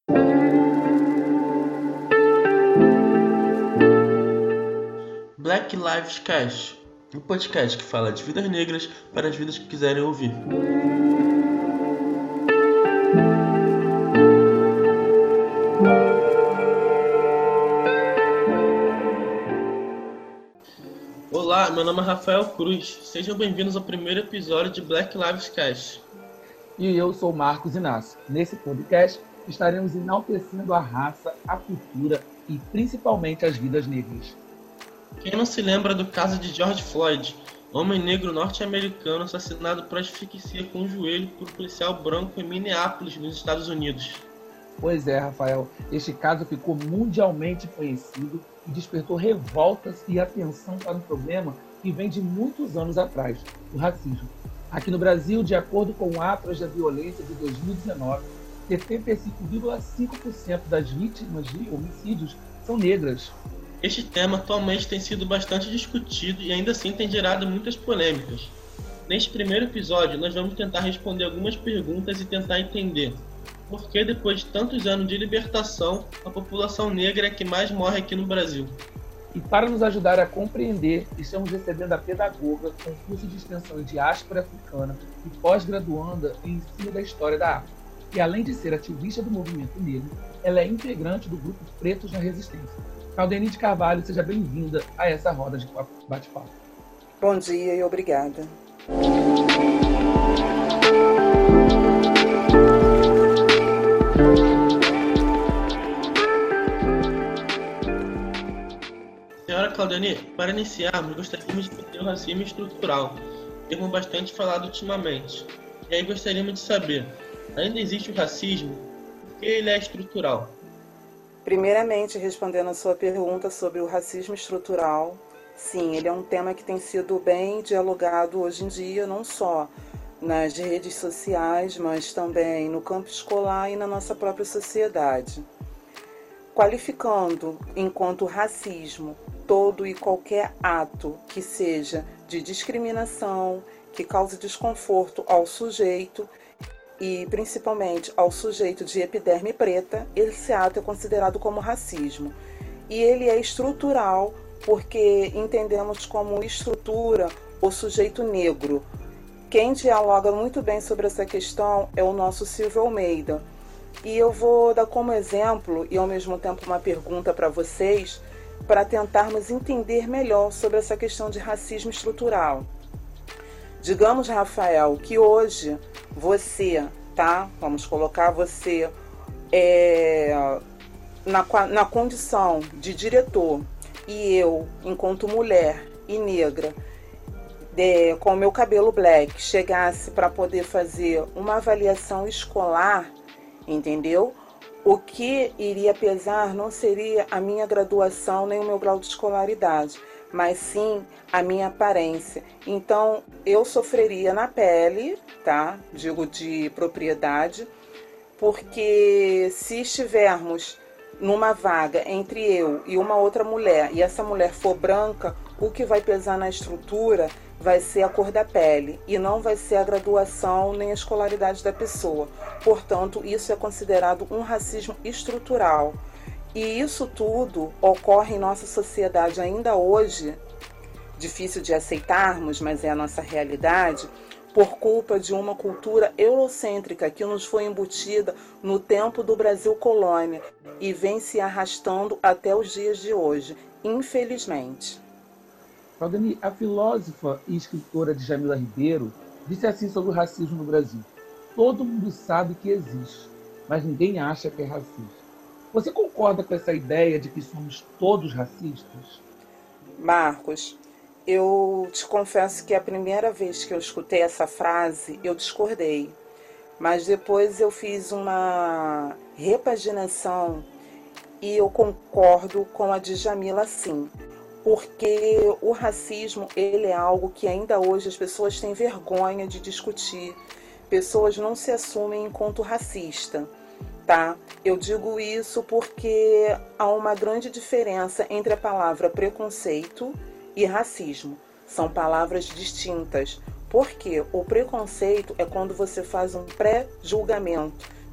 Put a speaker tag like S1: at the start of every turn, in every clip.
S1: Black Lives Cast, um podcast que fala de vidas negras para as vidas que quiserem ouvir. Olá, meu nome é Rafael Cruz. Sejam bem-vindos ao primeiro episódio de Black Lives Cast.
S2: E eu sou Marcos Inácio. Nesse podcast estaremos enaltecendo a raça, a cultura e principalmente as vidas negras.
S1: Quem não se lembra do caso de George Floyd, homem negro norte-americano assassinado por asfixia com o joelho por um policial branco em Minneapolis, nos Estados Unidos?
S2: Pois é, Rafael, este caso ficou mundialmente conhecido e despertou revoltas e atenção para um problema que vem de muitos anos atrás, o racismo. Aqui no Brasil, de acordo com o Atlas da Violência de 2019, 75,5% das vítimas de homicídios são negras.
S1: Este tema atualmente tem sido bastante discutido e ainda assim tem gerado muitas polêmicas. Neste primeiro episódio, nós vamos tentar responder algumas perguntas e tentar entender por que, depois de tantos anos de libertação, a população negra é a que mais morre aqui no Brasil.
S2: E para nos ajudar a compreender, estamos recebendo a pedagoga com curso de extensão em diáspora africana e pós-graduanda em ensino da história da África. E além de ser ativista do movimento negro, ela é integrante do grupo Pretos na Resistência. Claudeni de Carvalho, seja bem-vinda a essa roda de bate-papo.
S3: Bom dia e obrigada.
S1: Senhora Claudeni, para iniciarmos, gostaríamos de entender o racismo estrutural, termo bastante falado ultimamente. E aí gostaríamos de saber, ainda existe o racismo? Por que ele é estrutural?
S3: Primeiramente, respondendo a sua pergunta sobre o racismo estrutural, sim, ele é um tema que tem sido bem dialogado hoje em dia, não só nas redes sociais, mas também no campo escolar e na nossa própria sociedade. Qualificando enquanto racismo todo e qualquer ato que seja de discriminação, que cause desconforto ao sujeito e principalmente ao sujeito de epiderme preta, esse ato é considerado como racismo. E ele é estrutural porque entendemos como estrutura o sujeito negro. Quem dialoga muito bem sobre essa questão é o nosso Silvio Almeida. E eu vou dar como exemplo e ao mesmo tempo uma pergunta para vocês, para tentarmos entender melhor sobre essa questão de racismo estrutural. Digamos, Rafael, que hoje você, tá? Vamos colocar você na condição de diretor e eu, enquanto mulher e negra, com o meu cabelo black, chegasse para poder fazer uma avaliação escolar, entendeu? O que iria pesar não seria a minha graduação nem o meu grau de escolaridade, mas sim a minha aparência. Então, eu sofreria na pele, tá? Digo de propriedade, porque se estivermos numa vaga entre eu e uma outra mulher, e essa mulher for branca, o que vai pesar na estrutura vai ser a cor da pele e não vai ser a graduação nem a escolaridade da pessoa. Portanto, isso é considerado um racismo estrutural. E isso tudo ocorre em nossa sociedade ainda hoje, difícil de aceitarmos, mas é a nossa realidade, por culpa de uma cultura eurocêntrica que nos foi embutida no tempo do Brasil colônia e vem se arrastando até os dias de hoje, infelizmente.
S2: Claudeni, a filósofa e escritora Djamila Ribeiro disse assim sobre o racismo no Brasil: todo mundo sabe que existe, mas ninguém acha que é racista. Você concorda com essa ideia de que somos todos racistas?
S3: Marcos, eu te confesso que a primeira vez que eu escutei essa frase, eu discordei. Mas depois eu fiz uma repaginação e eu concordo com a Djamila sim. Porque o racismo, ele é algo que ainda hoje as pessoas têm vergonha de discutir. Pessoas não se assumem enquanto racista, tá? Eu digo isso porque há uma grande diferença entre a palavra preconceito e racismo. São palavras distintas. Porque o preconceito é quando você faz um pré-julgamento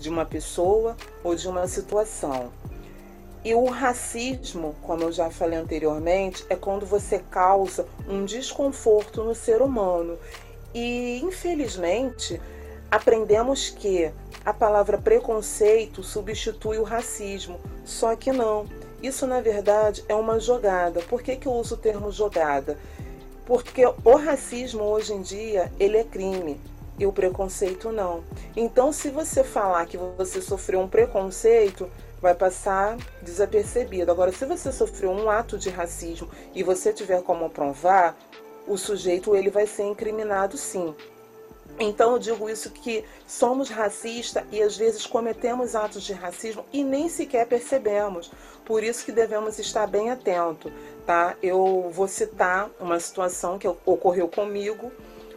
S3: de uma pessoa ou de uma situação. E o racismo, como eu já falei anteriormente, é quando você causa um desconforto no ser humano. E, infelizmente, aprendemos que a palavra preconceito substitui o racismo. Só que não. Isso, na verdade, é uma jogada. Por que eu uso o termo jogada? Porque o racismo, hoje em dia, ele é crime. E o preconceito não. Então, se você falar que você sofreu um preconceito, vai passar desapercebido. Agora, se você sofreu um ato de racismo e você tiver como provar, o sujeito ele vai ser incriminado, sim. Então eu digo isso, que somos racistas e às vezes cometemos atos de racismo e nem sequer percebemos. Por isso que devemos estar bem atentos, tá? Eu vou citar uma situação que ocorreu comigo.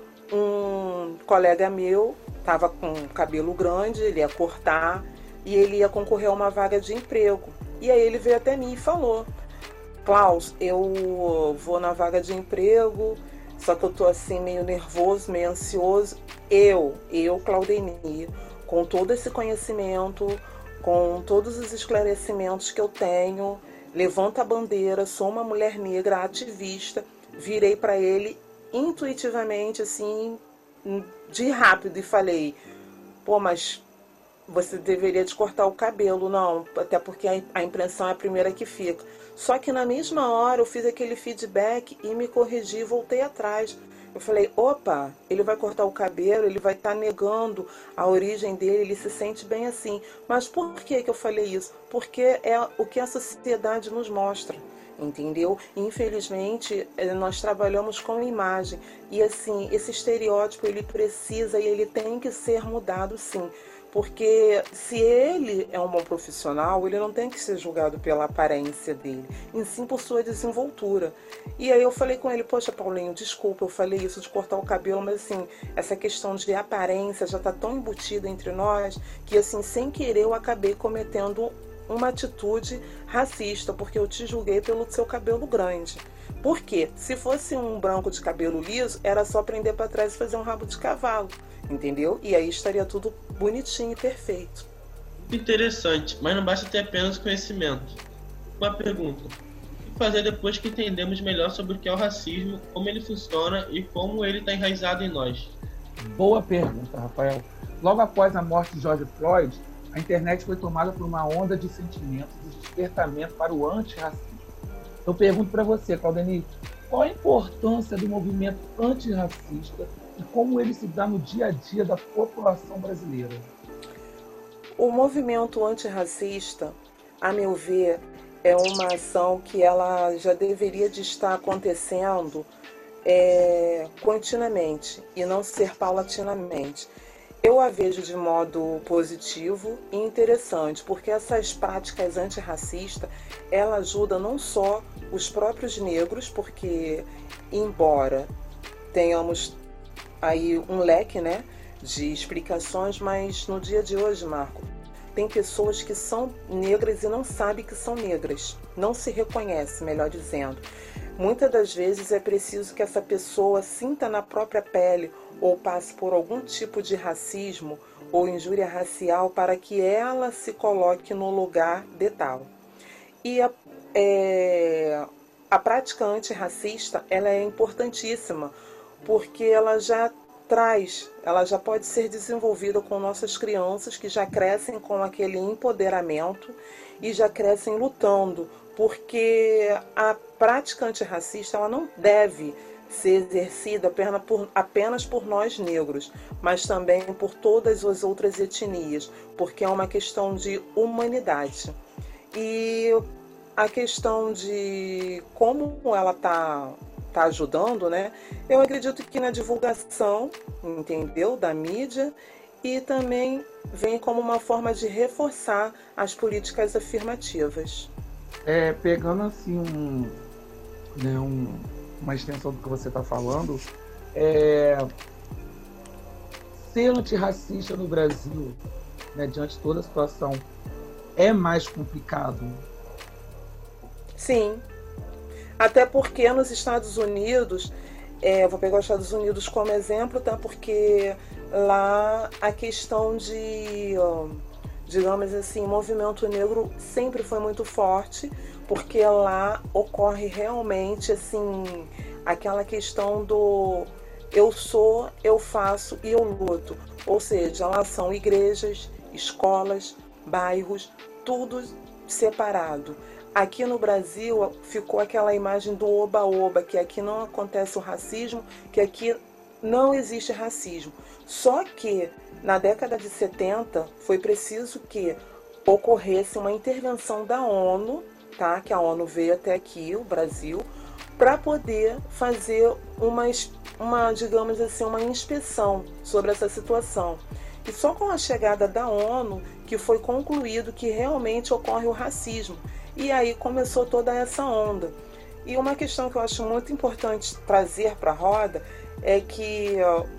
S3: Um colega meu estava com cabelo grande, ele ia cortar e ele ia concorrer a uma vaga de emprego. E aí ele veio até mim e falou: Klaus, eu vou na vaga de emprego, só que eu tô assim meio nervoso, meio ansioso. Eu, Claudeni, com todo esse conhecimento, com todos os esclarecimentos que eu tenho, levanto a bandeira, sou uma mulher negra, ativista, virei para ele intuitivamente, assim, de rápido, e falei: pô, mas você deveria te cortar o cabelo. Não, até porque a impressão é a primeira que fica. Só que na mesma hora eu fiz aquele feedback e me corrigi e voltei atrás. Eu falei: opa, ele vai cortar o cabelo, ele vai estar negando a origem dele, ele se sente bem assim. Mas por que eu falei isso? Porque é o que a sociedade nos mostra, entendeu? Infelizmente, nós trabalhamos com imagem. E assim, esse estereótipo, ele precisa e ele tem que ser mudado, sim. Porque se ele é um bom profissional, ele não tem que ser julgado pela aparência dele, e sim por sua desenvoltura. E aí eu falei com ele: poxa, Paulinho, desculpa, eu falei isso de cortar o cabelo, mas assim, essa questão de aparência já está tão embutida entre nós, que assim, sem querer eu acabei cometendo uma atitude racista, porque eu te julguei pelo seu cabelo grande. Por quê? Se fosse um branco de cabelo liso, era só prender para trás e fazer um rabo de cavalo, entendeu? E aí estaria tudo bonitinho e perfeito.
S1: Interessante, mas não basta ter apenas conhecimento. Uma pergunta: o que fazer depois que entendemos melhor sobre o que é o racismo, como ele funciona e como ele está enraizado em nós?
S2: Boa pergunta, Rafael. Logo após a morte de George Floyd, a internet foi tomada por uma onda de sentimentos e despertamento para o antirracismo. Eu pergunto para você, Claudeni, qual a importância do movimento antirracista e como ele se dá no dia a dia da população brasileira?
S3: O movimento antirracista, a meu ver, é uma ação que ela já deveria de estar acontecendo continuamente e não ser paulatinamente. Eu a vejo de modo positivo e interessante, porque essas práticas antirracistas, ela ajuda não só os próprios negros, porque embora tenhamos aí um leque, né, de explicações, mas no dia de hoje, Marco, tem pessoas que são negras e não sabem que são negras, não se reconhece, melhor dizendo. Muitas das vezes é preciso que essa pessoa sinta na própria pele ou passe por algum tipo de racismo ou injúria racial para que ela se coloque no lugar de tal. E a prática antirracista, ela é importantíssima, porque ela já pode ser desenvolvida com nossas crianças que já crescem com aquele empoderamento e já crescem lutando, porque a prática antirracista ela não deve ser exercida apenas por nós negros, mas também por todas as outras etnias, porque é uma questão de humanidade. E a questão de como ela está ajudando, né? Eu acredito que na divulgação, entendeu? Da mídia, e também vem como uma forma de reforçar as políticas afirmativas.
S2: Pegando assim uma extensão do que você está falando, ser antirracista no Brasil, né, diante de toda a situação, é mais complicado?
S3: Sim, até porque nos Estados Unidos, vou pegar os Estados Unidos como exemplo, tá? Porque lá a questão de digamos assim, o movimento negro sempre foi muito forte, porque lá ocorre realmente assim aquela questão do eu sou, eu faço e eu luto. Ou seja, lá são igrejas, escolas, bairros, tudo separado. Aqui no Brasil ficou aquela imagem do oba-oba, que aqui não acontece o racismo, que aqui não existe racismo. Só que na década de 70 foi preciso que ocorresse uma intervenção da ONU, tá? Que a ONU veio até aqui, o Brasil, para poder fazer digamos assim, uma inspeção sobre essa situação. E só com a chegada da ONU que foi concluído que realmente ocorre o racismo. E aí começou toda essa onda. E uma questão que eu acho muito importante trazer para a roda é que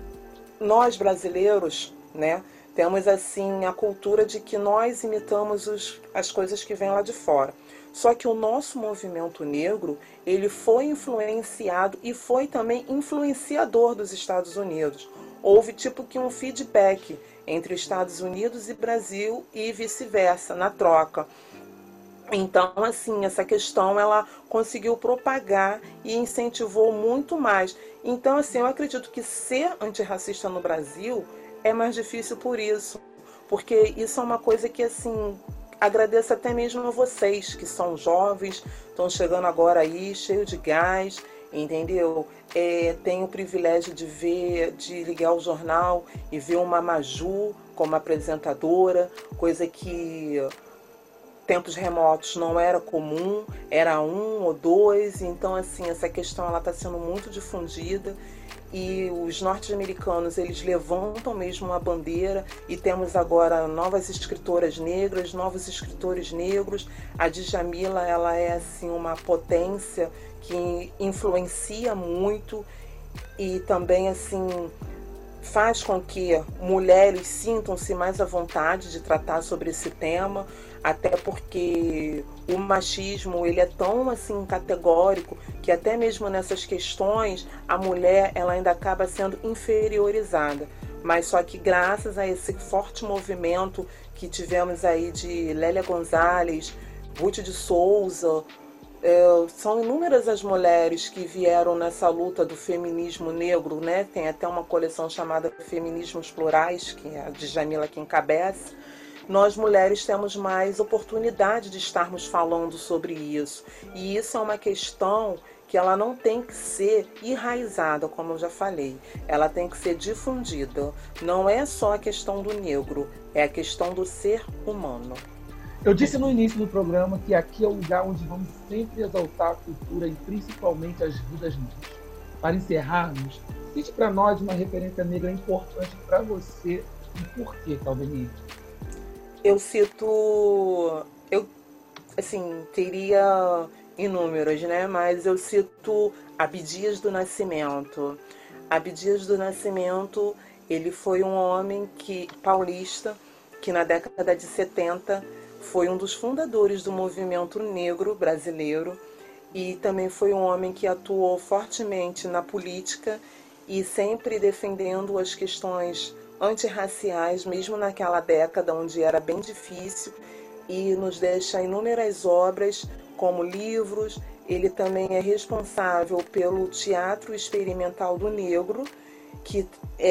S3: nós brasileiros, né, temos assim a cultura de que nós imitamos as coisas que vêm lá de fora. Só que o nosso movimento negro, ele foi influenciado e foi também influenciador dos Estados Unidos. Houve tipo que um feedback entre Estados Unidos e Brasil e vice-versa, na troca. Então, assim, essa questão ela conseguiu propagar e incentivou muito mais. Então, assim, eu acredito que ser antirracista no Brasil é mais difícil por isso. Porque isso é uma coisa que, assim, agradeço até mesmo a vocês, que são jovens, estão chegando agora aí, cheio de gás, entendeu? Tenho o privilégio de ligar o jornal e ver uma Maju como apresentadora, coisa que tempos remotos não era comum, era um ou dois. Então, assim, essa questão ela está sendo muito difundida e os norte-americanos eles levantam mesmo a bandeira e temos agora novas escritoras negras, novos escritores negros. A Djamila, ela é assim uma potência que influencia muito e também assim faz com que mulheres sintam-se mais à vontade de tratar sobre esse tema, até porque o machismo ele é tão assim categórico que até mesmo nessas questões a mulher ela ainda acaba sendo inferiorizada. Mas só que graças a esse forte movimento que tivemos aí de Lélia Gonzalez, Ruth de Souza, são inúmeras as mulheres que vieram nessa luta do feminismo negro, né? Tem até uma coleção chamada Feminismos Plurais, que é a Djamila que encabeça. Nós mulheres temos mais oportunidade de estarmos falando sobre isso. E isso é uma questão que ela não tem que ser enraizada, como eu já falei. Ela tem que ser difundida. Não é só a questão do negro, é a questão do ser humano.
S2: Eu disse no início do programa que aqui é o lugar onde vamos sempre exaltar a cultura e principalmente as vidas negras. Para encerrarmos, cite para nós uma referência negra importante para você e por quê, Claudemir?
S3: Eu teria inúmeros, né? Mas eu cito Abdias do Nascimento. Abdias do Nascimento, ele foi um homem paulista que na década de 70 foi um dos fundadores do movimento negro brasileiro e também foi um homem que atuou fortemente na política e sempre defendendo as questões antirraciais, mesmo naquela década onde era bem difícil, e nos deixa inúmeras obras como livros. Ele também é responsável pelo Teatro Experimental do Negro, que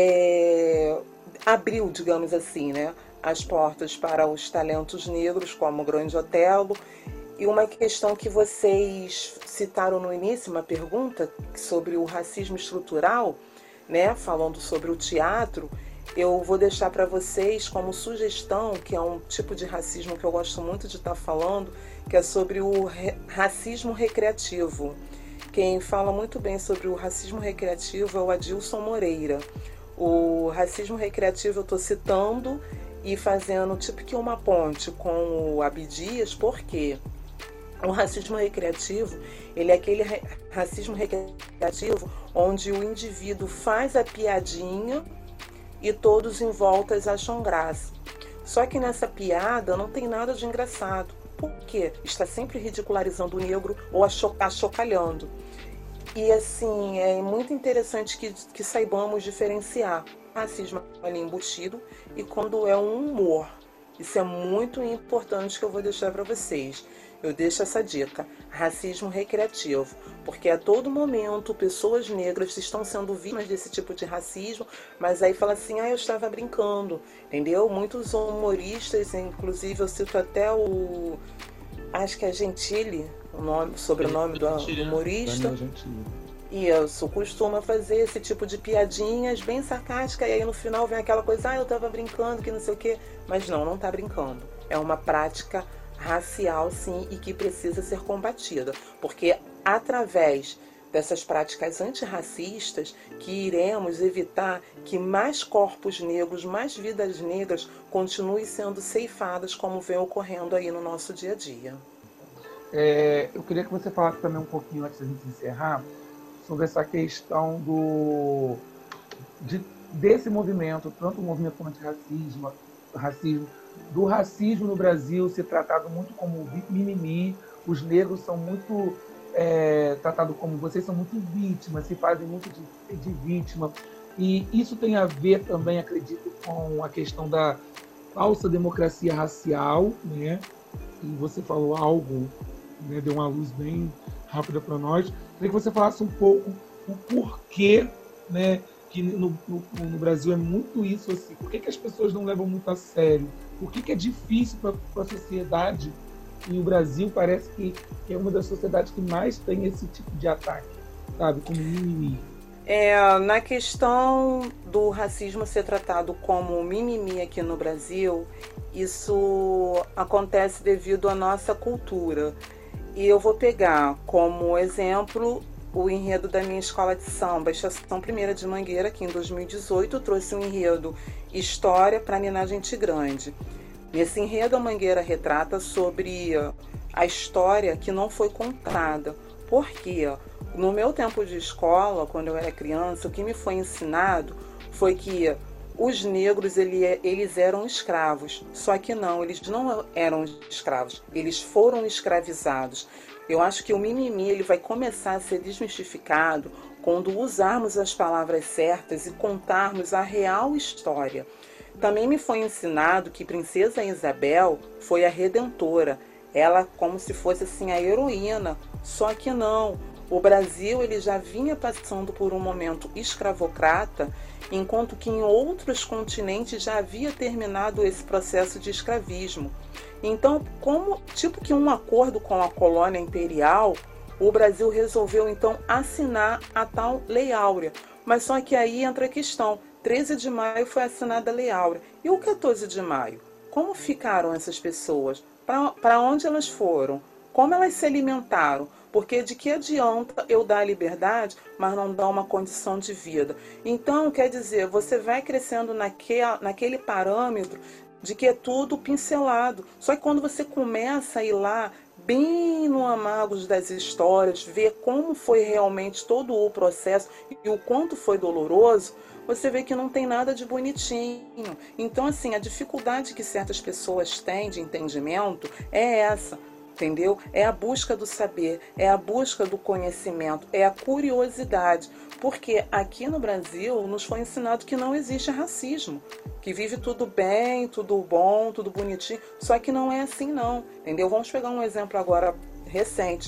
S3: abriu, digamos assim, né, as portas para os talentos negros, como o Grande Otelo. E uma questão que vocês citaram no início, uma pergunta sobre o racismo estrutural, né, falando sobre o teatro, eu vou deixar para vocês como sugestão, que é um tipo de racismo que eu gosto muito de estar falando, que é sobre o racismo recreativo. Quem fala muito bem sobre o racismo recreativo é o Adilson Moreira. O racismo recreativo eu estou citando e fazendo tipo que uma ponte com o Abdias, porque o racismo recreativo, ele é aquele racismo recreativo onde o indivíduo faz a piadinha e todos em volta acham graça. Só que nessa piada não tem nada de engraçado. Por quê? Está sempre ridicularizando o negro ou achocalhando. E assim, é muito interessante que saibamos diferenciar racismo ali embutido e quando é um humor. Isso é muito importante que eu vou deixar para vocês. Eu deixo essa dica: racismo recreativo, porque a todo momento pessoas negras estão sendo vítimas desse tipo de racismo, mas aí fala assim, eu estava brincando, entendeu? Muitos humoristas, inclusive eu cito até acho que é Gentili, o sobrenome do humorista. Isso, costuma fazer esse tipo de piadinhas bem sarcásticas, e aí no final vem aquela coisa, eu tava brincando, que não sei o quê. Mas não tá brincando. É uma prática racial, sim, e que precisa ser combatida. Porque através dessas práticas antirracistas que iremos evitar que mais corpos negros, mais vidas negras continuem sendo ceifadas, como vem ocorrendo aí no nosso dia a dia.
S2: Eu queria que você falasse também um pouquinho, antes da gente encerrar, sobre essa questão desse movimento, tanto o movimento antirracismo, do racismo no Brasil ser tratado muito como mimimi. Os negros são muito tratados como vocês são muito vítimas, se fazem muito de vítima. E isso tem a ver também, acredito, com a questão da falsa democracia racial, né? E você falou algo, né, deu uma luz bem rápida para nós. Queria que você falasse um pouco o porquê, né, que no Brasil é muito isso assim. Por que as pessoas não levam muito a sério? Por que é difícil para a sociedade? E o Brasil parece que é uma das sociedades que mais tem esse tipo de ataque, sabe? Como mimimi.
S3: Na questão do racismo ser tratado como mimimi aqui no Brasil, isso acontece devido à nossa cultura. E eu vou pegar como exemplo o enredo da minha escola de samba, Estação Primeira de Mangueira, que em 2018 trouxe um enredo História para Ninar Gente Grande. Nesse enredo, a Mangueira retrata sobre a história que não foi contada. Por quê? No meu tempo de escola, quando eu era criança, o que me foi ensinado foi que os negros eles eram escravos. Só que não, eles não eram escravos, eles foram escravizados. Eu acho que o mimimi ele vai começar a ser desmistificado quando usarmos as palavras certas e contarmos a real história. Também me foi ensinado que Princesa Isabel foi a redentora. Ela como se fosse assim a heroína. Só que não. O Brasil ele já vinha passando por um momento escravocrata, enquanto que em outros continentes já havia terminado esse processo de escravismo. Então, como tipo que um acordo com a colônia imperial, o Brasil resolveu então assinar a tal Lei Áurea. Mas só que aí entra a questão, 13 de maio foi assinada a Lei Áurea. E o 14 de maio? Como ficaram essas pessoas? Para onde elas foram? Como elas se alimentaram? Porque de que adianta eu dar liberdade, mas não dar uma condição de vida? Então, quer dizer, você vai crescendo naquele parâmetro de que é tudo pincelado. Só que quando você começa a ir lá, bem no amagos das histórias, ver como foi realmente todo o processo e o quanto foi doloroso, você vê que não tem nada de bonitinho. Então, assim, a dificuldade que certas pessoas têm de entendimento é essa. Entendeu? É a busca do saber, é a busca do conhecimento, é a curiosidade. Porque aqui no Brasil nos foi ensinado que não existe racismo, que vive tudo bem, tudo bom, tudo bonitinho, só que não é assim não, entendeu? Vamos pegar um exemplo agora recente.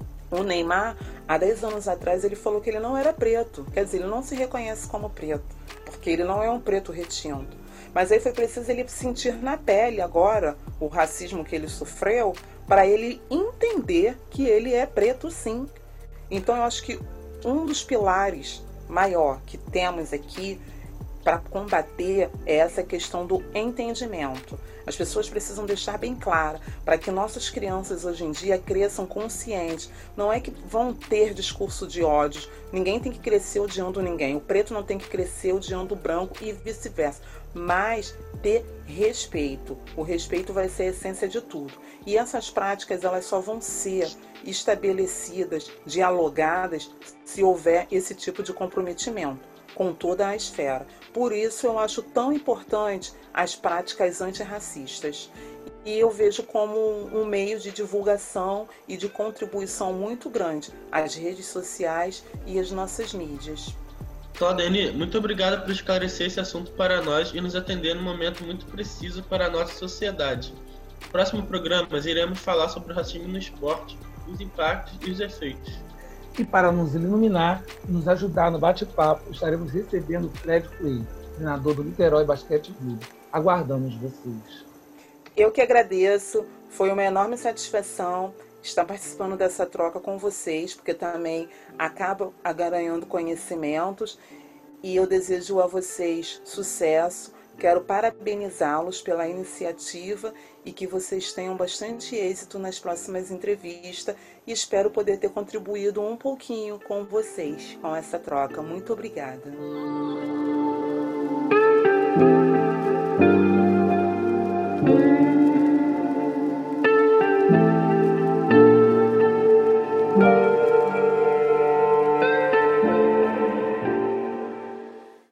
S3: O Neymar, há 10 anos atrás, ele falou que ele não era preto, quer dizer, ele não se reconhece como preto, porque ele não é um preto retinto. Mas aí foi preciso ele sentir na pele agora o racismo que ele sofreu, para ele entender que ele é preto sim. Então eu acho que um dos pilares maior que temos aqui para combater é essa questão do entendimento. As pessoas precisam deixar bem claro para que nossas crianças hoje em dia cresçam conscientes. Não é que vão ter discurso de ódio. Ninguém tem que crescer odiando ninguém. O preto não tem que crescer odiando o branco e vice-versa. Mas ter respeito. O respeito vai ser a essência de tudo. E essas práticas elas só vão ser estabelecidas, dialogadas, se houver esse tipo de comprometimento com toda a esfera. Por isso eu acho tão importante as práticas antirracistas. E eu vejo como um meio de divulgação e de contribuição muito grande às redes sociais e às nossas mídias.
S1: Claudene, muito obrigado por esclarecer esse assunto para nós e nos atender num momento muito preciso para a nossa sociedade. No próximo programa, iremos falar sobre o racismo no esporte, os impactos e os efeitos.
S2: E para nos iluminar e nos ajudar no bate-papo, estaremos recebendo o Fred Coelho, treinador do Niterói Basquete Clube. Aguardamos vocês.
S3: Eu que agradeço, foi uma enorme satisfação estar participando dessa troca com vocês, porque também acaba ganhando conhecimentos, e eu desejo a vocês sucesso. Quero parabenizá-los pela iniciativa e que vocês tenham bastante êxito nas próximas entrevistas, e espero poder ter contribuído um pouquinho com vocês com essa troca. Muito obrigada.